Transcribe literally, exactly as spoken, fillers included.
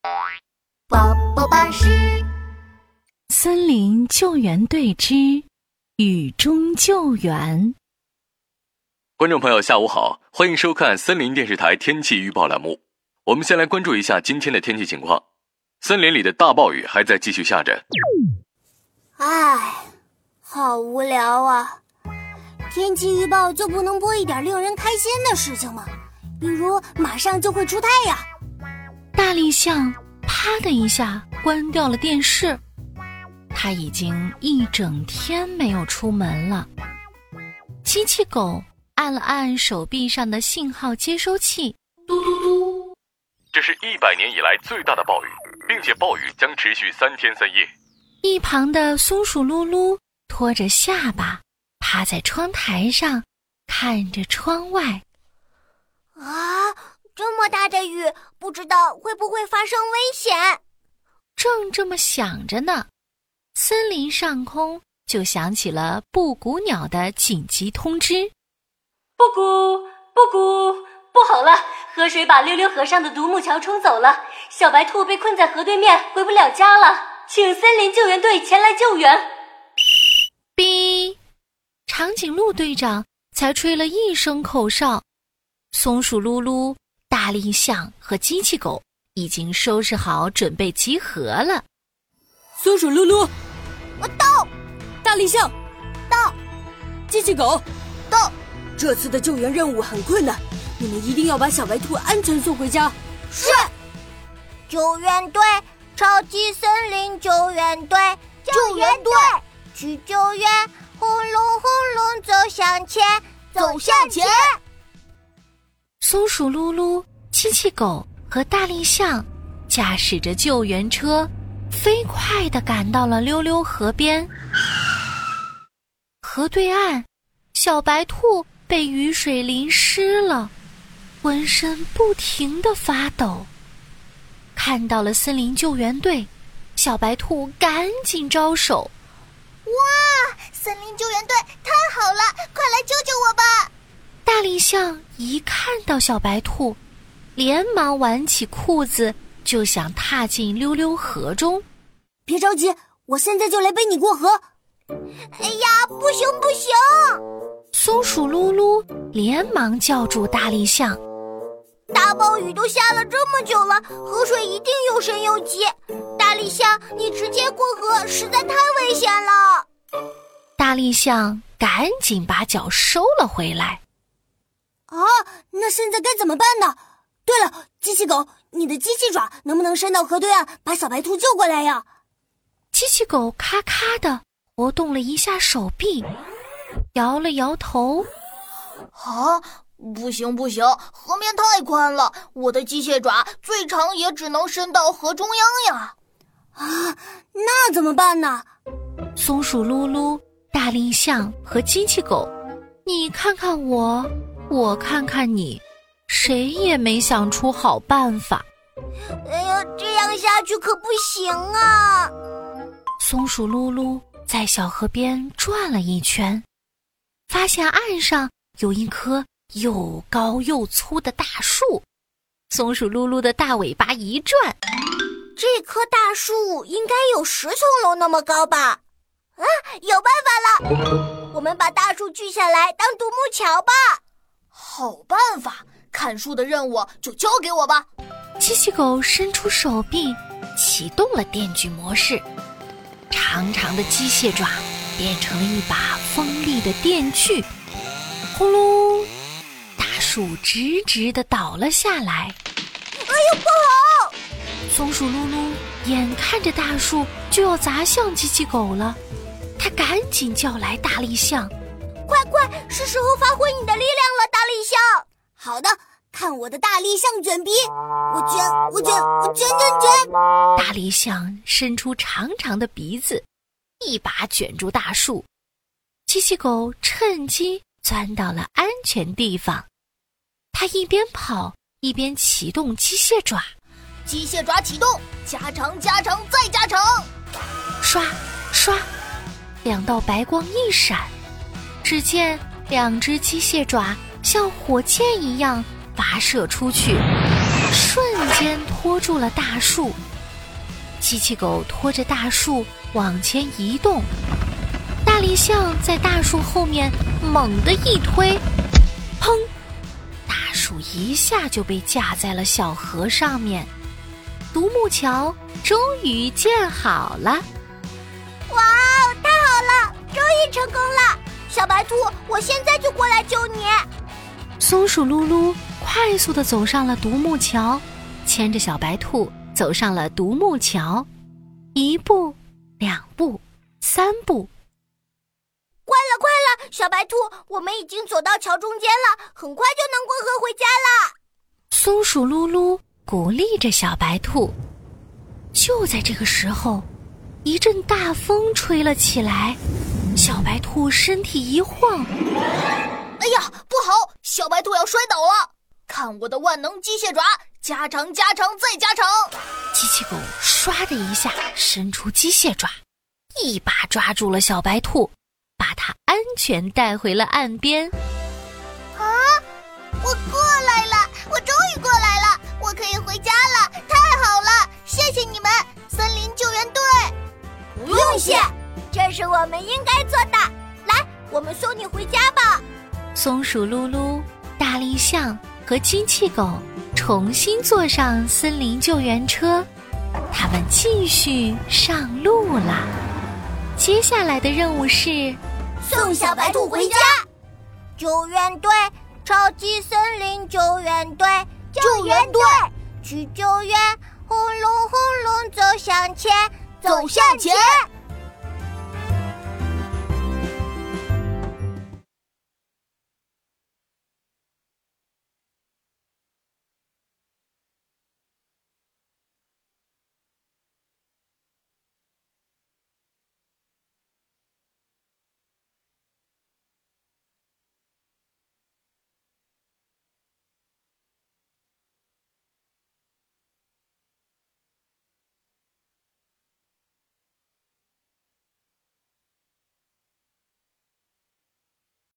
宝宝巴士森林救援队之雨中救援。 观众朋友下午好，欢迎收看森林电视台天气预报栏目。我们先来关注一下今天的天气情况。森林里的大暴雨还在继续下着。 唉，好无聊啊。天气预报就不能播一点令人开心的事情吗？比如马上就会出太阳。 大力象啪的一下关掉了电视，他已经一整天没有出门了。机器狗按了按手臂上的信号接收器，嘟嘟嘟。 这是一百年以来最大的暴雨，并且暴雨将持续三天三夜。 一旁的松鼠噜噜拖着下巴趴在窗台上看着窗外。 啊，这么大的雨，不知道会不会发生危险。 正这么想着呢，森林上空就响起了布谷鸟的紧急通知。 布谷布谷，不好了，河水把溜溜河上的独木桥冲走了，小白兔被困在河对面，回不了家了，请森林救援队前来救援。 哔，长颈鹿队长才吹了一声口哨，松鼠噜噜、大力象和机器狗已经收拾好准备集合了。 松鼠噜噜， 我到。 大力象， 到。 机器狗， 到。 这次的救援任务很困难，你们一定要把小白兔安全送回家。 是。救援队，超级森林救援队，救援队去救援，轰隆轰隆走向前，走向前。 松鼠噜噜、机器狗和大力象驾驶着救援车，飞快地赶到了溜溜河边。河对岸，小白兔被雨水淋湿了，浑身不停地发抖。看到了森林救援队，小白兔赶紧招手。 哇，森林救援队太好了，快来救救我吧！ 大力象一看到小白兔，连忙挽起裤子就想踏进溜溜河中。 别着急，我现在就来背你过河。 哎呀，不行不行！ 松鼠噜噜连忙叫住大力象。 大暴雨都下了这么久了，河水一定又深又急。大力象，你直接过河实在太危险了。 大力象赶紧把脚收了回来。 啊，那现在该怎么办呢？对了，机器狗，你的机器爪能不能伸到河对岸，把小白兔救过来呀？ 机器狗咔咔地活动了一下手臂，摇了摇头。 啊，不行不行，河面太宽了，我的机械爪最长也只能伸到河中央呀。 啊，那怎么办呢？ 松鼠噜噜、大力象和机器狗，你看看我，我看看你，谁也没想出好办法。 哎呀，这样下去可不行啊！ 松鼠噜噜在小河边转了一圈，发现岸上有一棵又高又粗的大树。松鼠噜噜的大尾巴一转， 这棵大树应该有十层楼那么高吧？啊，有办法了！我们把大树锯下来当独木桥吧。 好办法，砍树的任务就交给我吧。 机器狗伸出手臂，启动了电锯模式，长长的机械爪变成了一把锋利的电锯。轰隆，大树直直地倒了下来。 哎呦，不好！ 松鼠噜噜眼看着大树就要砸向机器狗了，他赶紧叫来大力象。 快快，是时候发挥你的力量了，大力象！ 好的，看我的大力象卷鼻，我卷我卷我卷卷卷！ 大力象伸出长长的鼻子，一把卷住大树。机器狗趁机钻到了安全地方，它一边跑一边启动机械爪。 机械爪启动，加长加长再加长！ 刷刷，两道白光一闪，只见两只机械爪像火箭一样发射出去。 瞬间拖住了大树。机器狗拖着大树往前移动，大力象在大树后面猛地一推，砰！大树一下就被架在了小河上面，独木桥终于建好了。 哇哦，太好了，终于成功了！小白兔，我现在就过来救你。 松鼠噜噜快速地走上了独木桥，牵着小白兔走上了独木桥，一步，两步，三步。 快了，快了，小白兔，我们已经走到桥中间了，很快就能过河回家了。 松鼠噜噜鼓励着小白兔。就在这个时候，一阵大风吹了起来，小白兔身体一晃， 哎呀，不好，小白兔要摔倒了！看我的万能机械爪，加长加长再加长！ 机器狗唰的一下伸出机械爪，一把抓住了小白兔，把它安全带回了岸边。 啊，我过来了，我终于过来了，我可以回家了，太好了，谢谢你们，森林救援队。不用谢，这是我们应该做的。来，我们送你回家吧。 松鼠噜噜、大力象和机器狗重新坐上森林救援车，他们继续上路了。接下来的任务是送小白兔回家。救援队，超级森林救援队，救援队去救援，轰隆轰隆走向前，走向前。